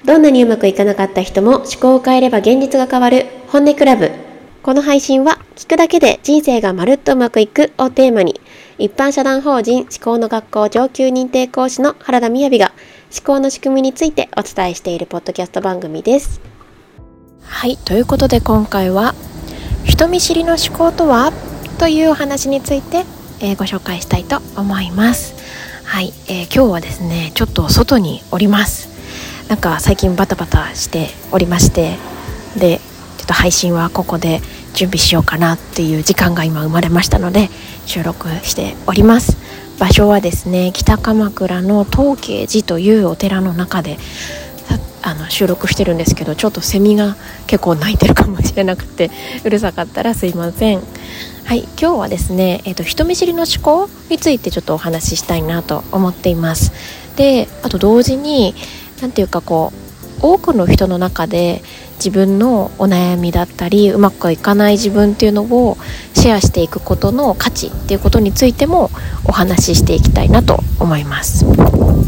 どんなにうまくいかなかった人も思考を変えれば現実が変わる本音クラブ。この配信は聞くだけで人生がまるっとうまくいくをテーマに、一般社団法人思考の学校上級認定講師の原田みやびが思考の仕組みについてお伝えしているポッドキャスト番組です。 はい、ということで今回は人見知りの思考とはというお話について、ご紹介したいと思います。はい、今日はですねちょっと外におります。なんか最近バタバタしておりまして、でちょっと配信はここで準備しようかなっていう時間が今生まれましたので収録しております。場所はですね、北鎌倉の東慶寺というお寺の中で収録してるんですけど、ちょっとセミが結構鳴いてるかもしれなくてうるさかったらすいません。はい、今日はですね、人見知りの思考についてちょっとお話ししたいなと思っています。で、あと同時になんていうか多くの人の中で自分のお悩みだったりうまくいかない自分っていうのをシェアしていくことの価値っていうことについてもお話ししていきたいなと思います。はい、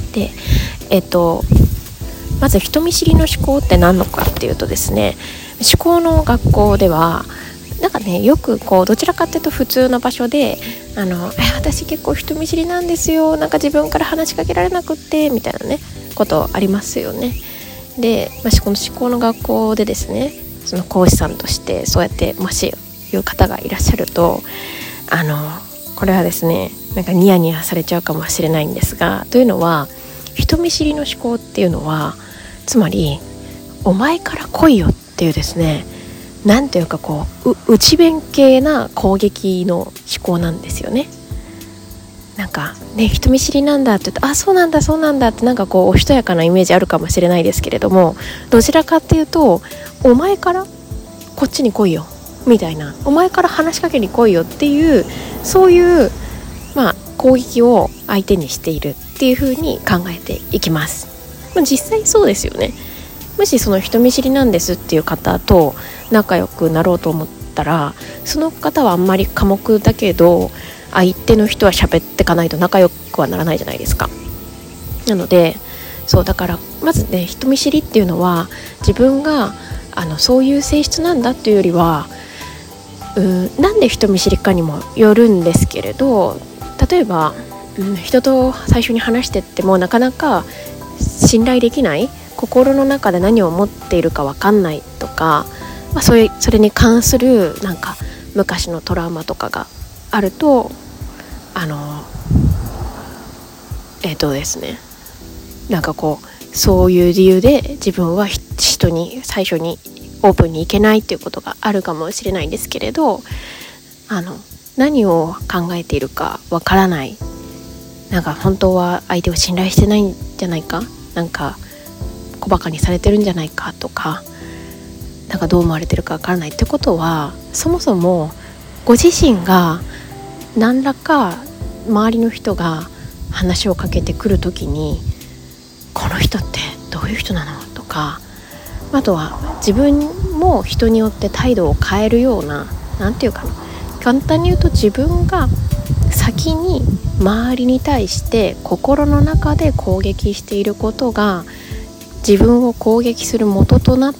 で、まず人見知りの思考って何のかっていうとですね、思考の学校ではなんかね、よくどちらかっていうと普通の場所で私結構人見知りなんですよ、なんか自分から話しかけられなくってみたいなねことありますよね。で、この思考の学校でですね、その講師さんとしてそうやってもしいう方がいらっしゃるとこれはですね、なんかニヤニヤされちゃうかもしれないんですが、というのは人見知りの思考っていうのはつまりお前から来いよっていうですね、なんていうか内弁慶な攻撃の思考なんですよね。なんかね、人見知りなんだって言うと、そうなんだそうなんだってなんかおしとやかなイメージあるかもしれないですけれども、どちらかっていうとお前からこっちに来いよみたいな、お前から話しかけに来いよっていう、そういう攻撃を相手にしているっていう風に考えていきます。実際そうですよね。もしその人見知りなんですっていう方と仲良くなろうと思ったら、その方はあんまり寡黙だけど相手の人は喋ってかないと仲良くはならないじゃないですか。なのでだからまずね、人見知りっていうのは自分がそういう性質なんだっていうよりはなんで人見知りかにもよるんですけれど、例えば、人と最初に話してってもなかなか信頼できない、心の中で何を思っているか分かんないとか、それに関するなんか昔のトラウマとかがあるとですね、なんかそういう理由で自分は人に最初にオープンに行けないっていうことがあるかもしれないんですけれど、何を考えているかわからない、なんか本当は相手を信頼してないんじゃないか、なんか小バカにされてるんじゃないかとか、なんかどう思われてるかわからないってことは、そもそもご自身が何らか周りの人が話をかけてくるときに、この人ってどういう人なのとか、あとは自分も人によって態度を変えるような、なんていうかな、簡単に言うと自分が先に周りに対して心の中で攻撃していることが自分を攻撃する元となって、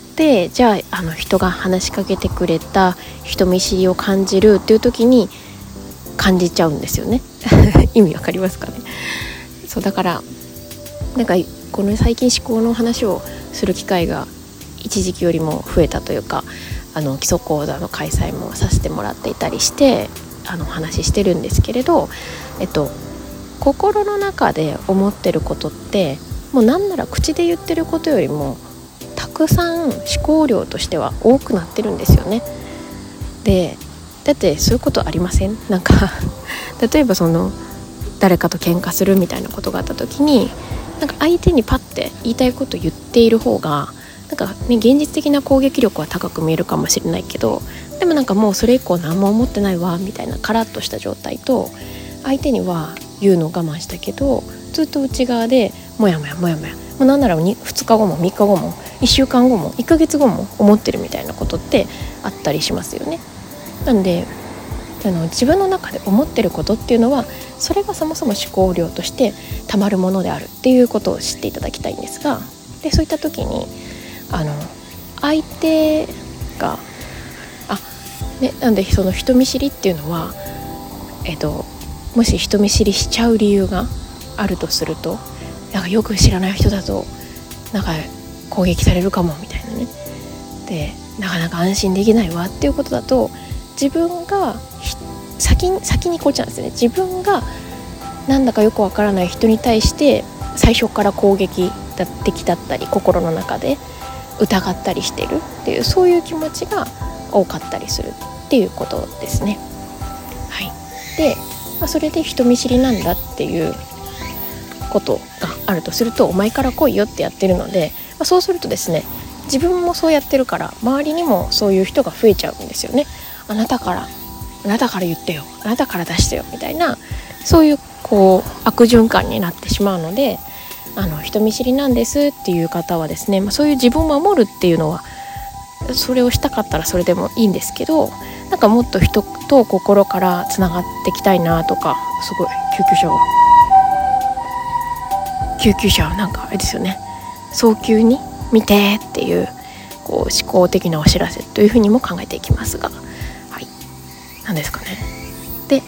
じゃあ人が話しかけてくれた人見知りを感じるっていう時に感じちゃうんですよね意味わかりますかね。だからなんかこの最近思考の話をする機会が一時期よりも増えたというか、基礎講座の開催もさせてもらっていたりしてお話ししてるんですけれど、心の中で思ってることってもうなんなら口で言ってることよりもたくさん思考量としては多くなってるんですよね。で、だってそういうことありません？なんか例えば誰かと喧嘩するみたいなことがあった時に、なんか相手にパッて言いたいことを言っている方がなんかね、現実的な攻撃力は高く見えるかもしれないけど、でもなんかもうそれ以降何も思ってないわみたいなカラッとした状態と、相手には言うのを我慢したけどずっと内側でもやもやもうなんなら2日後も3日後も1週間後も1ヶ月後も思ってるみたいなことってあったりしますよね。なんで自分の中で思ってることっていうのは、それがそもそも思考量としてたまるものであるっていうことを知っていただきたいんですが、 でそういった時に相手がなんでその人見知りっていうのは、もし人見知りしちゃう理由があるとすると、なんかよく知らない人だとなんか攻撃されるかもみたいなね、でなかなか安心できないわっていうことだと、自分が先にこっちなんですね。自分がなんだかよくわからない人に対して最初から攻撃的だったり、心の中で疑ったりしてるっていう、そういう気持ちが多かったりするっていうことですね。はい。で、それで人見知りなんだっていうことがあるとすると、お前から来いよってやってるので、そうするとですね、自分もそうやってるから周りにもそういう人が増えちゃうんですよね。あなたから言ってよ、あなたから出してよみたいな、そういう悪循環になってしまうので、人見知りなんですっていう方はですね、そういう自分を守るっていうのはそれをしたかったらそれでもいいんですけど、なんかもっと人と心からつながっていきたいなとか、すごい救急車はなんかあれですよね、早急に見てっていう思考的なお知らせというふうにも考えていきますが、はい、何ですかね。で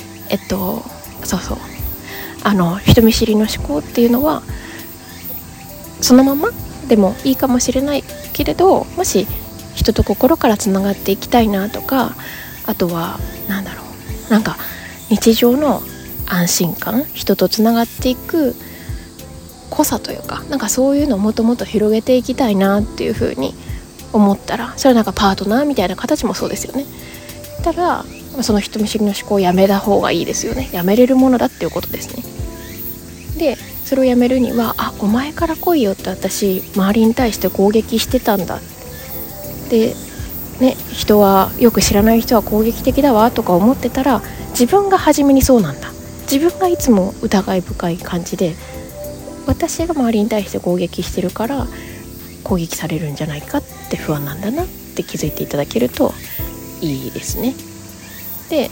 人見知りの思考っていうのはそのままでもいいかもしれないけれど、もし人と心からつながっていきたいなとか、あとはなんか日常の安心感、人とつながっていく濃さというか、なんかそういうのをもっともっと広げていきたいなっていう風に思ったら、それはなんかパートナーみたいな形もそうですよね。ただその人見知りの思考をやめた方がいいですよね。やめれるものだっていうことですね。でそれをやめるには、お前から来いよって私周りに対して攻撃してたんだでね、人はよく知らない人は攻撃的だわとか思ってたら、自分が初めにそうなんだ、自分がいつも疑い深い感じで、私が周りに対して攻撃してるから攻撃されるんじゃないかって不安なんだなって気づいていただけるといいですね。で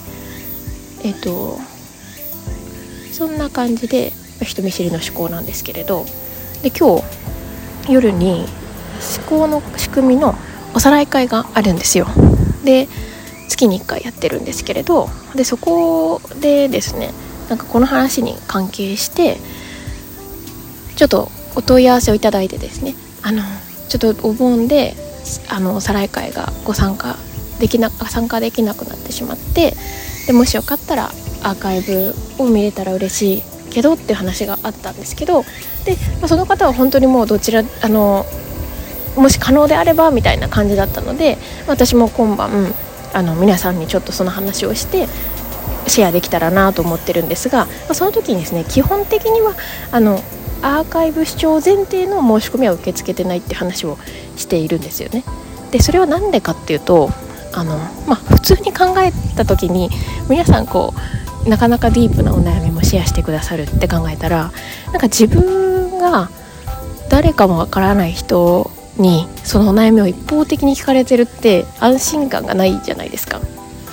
そんな感じで人見知りの思考なんですけれど、で今日夜に思考の仕組みのおさらい会があるんですよ。で月に1回やってるんですけれど、でそこでですね、なんかこの話に関係してちょっとお問い合わせをいただいてですね、ちょっとお盆でおさらい会が参加できなくなってしまって、でもしよかったらアーカイブを見れたら嬉しいけどっていう話があったんですけど、で、その方は本当にもうどちらもし可能であればみたいな感じだったので、私も今晩皆さんにちょっとその話をしてシェアできたらなと思ってるんですが、その時にですね、基本的にはアーカイブ視聴前提の申し込みは受け付けてないって話をしているんですよね。でそれはなんでかっていうと、普通に考えた時に皆さんなかなかディープなお悩みもシェアしてくださるって考えたら、なんか自分が誰かもわからない人にそのお悩みを一方的に聞かれてるって安心感がないじゃないですか。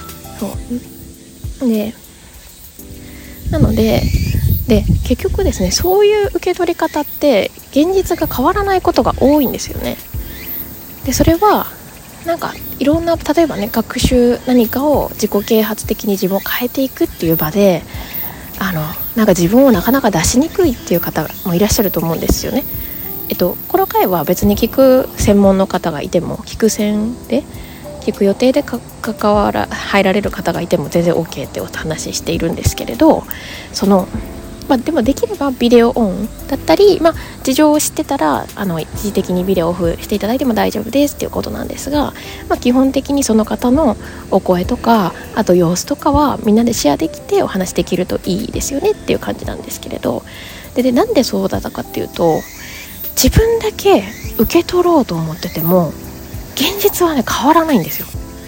そうでなので結局ですね、そういう受け取り方って現実が変わらないことが多いんですよね。でそれはなんかいろんな、例えばね、学習何かを自己啓発的に自分を変えていくっていう場でなんか自分をなかなか出しにくいっていう方もいらっしゃると思うんですよね。この回は別に聞く専門の方がいても、聞く予定で入られる方がいても全然 OK ってお話ししているんですけれど、でもできればビデオオンだったり、事情を知ってたら一時的にビデオオフしていただいても大丈夫ですっていうことなんですが、基本的にその方のお声とか、あと様子とかはみんなでシェアできてお話できるといいですよねっていう感じなんですけれど、でなんでそうだったかっていうと、自分だけ受け取ろうと思ってても現実はね変わらないんですよ。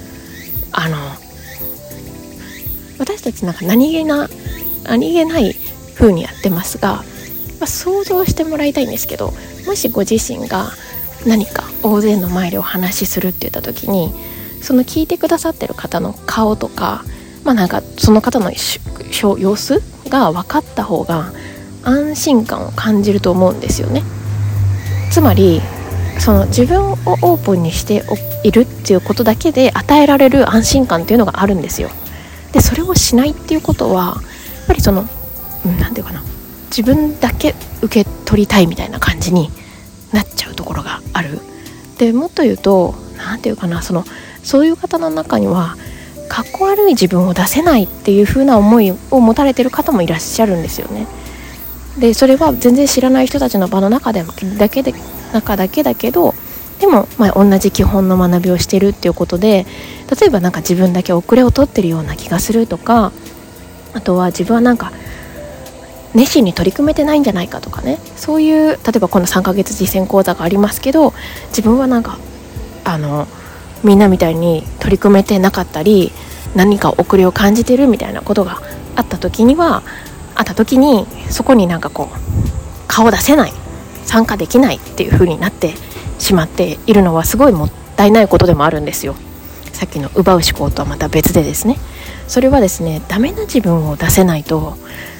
私たちなんか何気ない風にやってますが、想像してもらいたいんですけど、もしご自身が何か大勢の前でお話しするって言った時に、その聞いてくださってる方の顔とか、なんかその方の様子が分かった方が安心感を感じると思うんですよね。 つまりその自分をオープンにしているっていうことだけで与えられる安心感っていうのがあるんですよ。でそれをしないっていうことはやっぱりそのなんていうかな、自分だけ受け取りたいみたいな感じになっちゃうところがある。でもっと言うとなんていうかな、そういう方の中にはかっこ悪い自分を出せないっていう風な思いを持たれている方もいらっしゃるんですよね。でそれは全然知らない人たちの場の中だけだけど、でも、同じ基本の学びをしているっていうことで、例えばなんか自分だけ遅れを取ってるような気がするとか、あとは自分はなんか熱心に取り組めてないんじゃないかとかね、そういう例えばこの3ヶ月実践講座がありますけど、自分はなんかみんなみたいに取り組めてなかったり、何か遅れを感じてるみたいなことがあった時にそこになんかこう顔出せない、参加できないっていう風になってしまっているのはすごいもったいないことでもあるんですよ。さっきの奪う思考とはまた別でですね、それはですね、ダメな自分を出せないと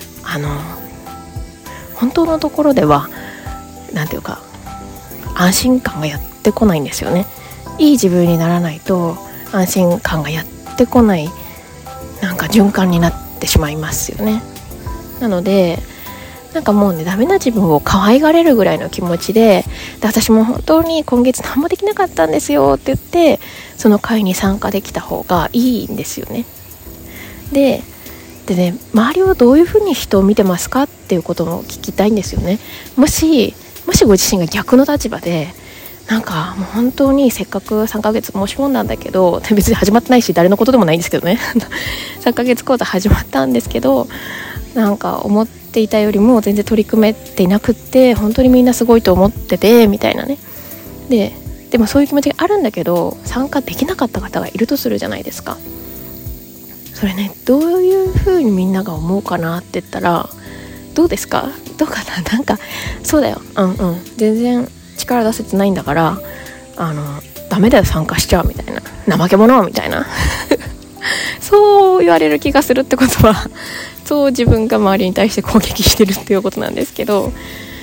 本当のところではなんていうか安心感がやってこないんですよね。いい自分にならないと安心感がやってこない、なんか循環になってしまいますよね。なのでなんかもうね、ダメな自分を可愛がれるぐらいの気持ちで、私も本当に今月何もできなかったんですよって言ってその会に参加できた方がいいんですよね。でね、周りをどういうふうに人を見てますかっていうことも聞きたいんですよね。もしご自身が逆の立場で、なんかもう本当にせっかく3ヶ月申し込んだんだけど、別に始まってないし誰のことでもないんですけどね3ヶ月講座始まったんですけど、なんか思っていたよりも全然取り組めていなくって、本当にみんなすごいと思っててみたいなね。でもそういう気持ちがあるんだけど参加できなかった方がいるとするじゃないですか。それね、どういう風にみんなが思うかなって言ったら、どうですか？どうかな？なんかそうだよ、全然力出せてないんだからダメだよ参加しちゃうみたいな、怠け者みたいなそう言われる気がするってことはそう自分が周りに対して攻撃してるっていうことなんですけど、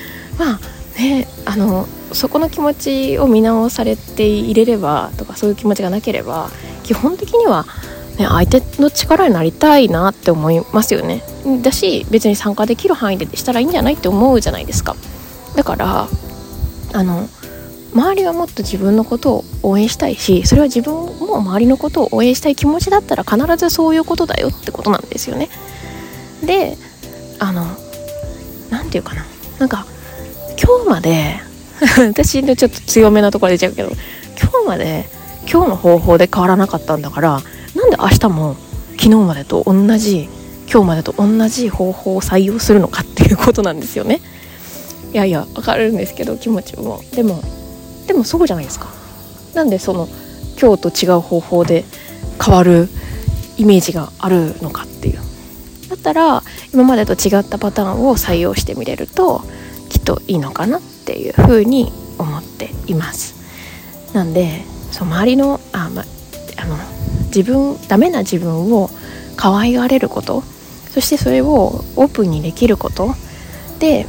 そこの気持ちを見直されていれればとか、そういう気持ちがなければ基本的には相手の力になりたいなって思いますよね。だし別に参加できる範囲でしたらいいんじゃないって思うじゃないですか。だから周りはもっと自分のことを応援したいし、それは自分も周りのことを応援したい気持ちだったら必ずそういうことだよってことなんですよね。でなんていうかな、なんか今日まで私のちょっと強めなところで出ちゃうけど、今日の方法で変わらなかったんだから、なんで明日も昨日までと同じ今日までと同じ方法を採用するのかっていうことなんですよね。いやわかるんですけど、気持ちもでもそうじゃないですか。なんでその今日と違う方法で変わるイメージがあるのかっていう、だったら今までと違ったパターンを採用してみれるときっといいのかなっていうふうに思っています。なんで周りのダメな自分を可愛がれること、そしてそれをオープンにできることで、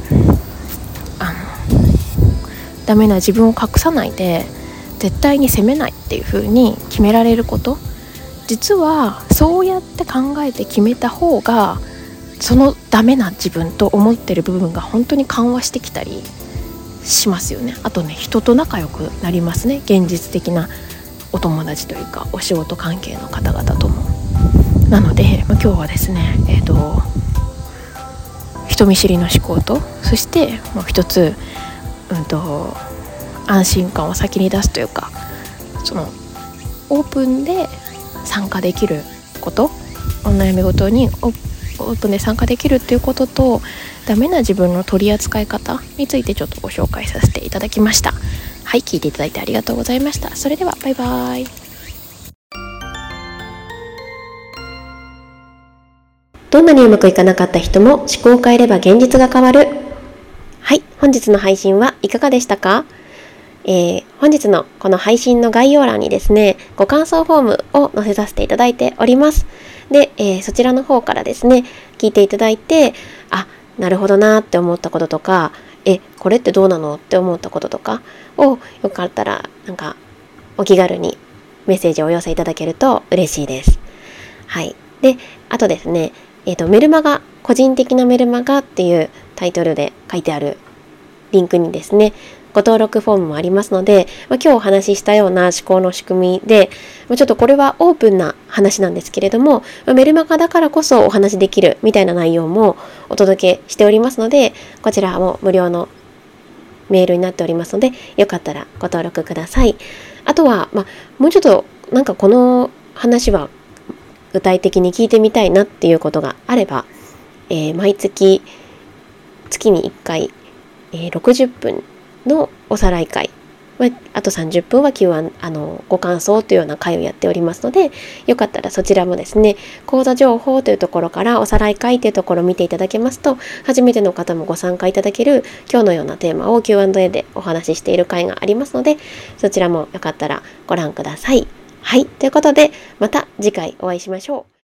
ダメな自分を隠さないで絶対に責めないっていう風に決められること、実はそうやって考えて決めた方がそのダメな自分と思ってる部分が本当に緩和してきたりしますよね。あとね、人と仲良くなりますね。現実的なお友達というかお仕事関係の方々とも。なので、今日はですね、人見知りの思考と、そしてもう一つ、安心感を先に出すというか、そのオープンで参加できること、お悩みごとにオープンで参加できるっていうことと、ダメな自分の取り扱い方についてちょっとご紹介させていただきました。はい、聞いていただいてありがとうございました。それではバイバイ。 どんなにうまくいかなかった人も思考を変えれば現実が変わる。はい、本日の配信はいかがでしたか？本日のこの配信の概要欄にですね、ご感想フォームを載せさせていただいております。で、そちらの方からですね、聞いていただいて、なるほどなって思ったこととか、 これってどうなのって思ったこととかをよかったらなんかお気軽にメッセージをお寄せいただけると嬉しいです。はい。で、あとですね、メルマガ、個人的なメルマガっていうタイトルで書いてあるリンクにですね、ご登録フォームもありますので、今日お話ししたような思考の仕組みで、ちょっとこれはオープンな話なんですけれども、メルマガだからこそお話しできるみたいな内容もお届けしておりますので、こちらも無料のメールになっておりますので、よかったらご登録ください。あとは、もうちょっとなんかこの話は具体的に聞いてみたいなっていうことがあれば、毎月に1回、60分のおさらい会、あと30分はご感想というような会をやっておりますので、よかったらそちらもですね、講座情報というところからおさらい会というところを見ていただけますと、初めての方もご参加いただける今日のようなテーマを Q&A でお話ししている会がありますので、そちらもよかったらご覧ください。はい、ということでまた次回お会いしましょう。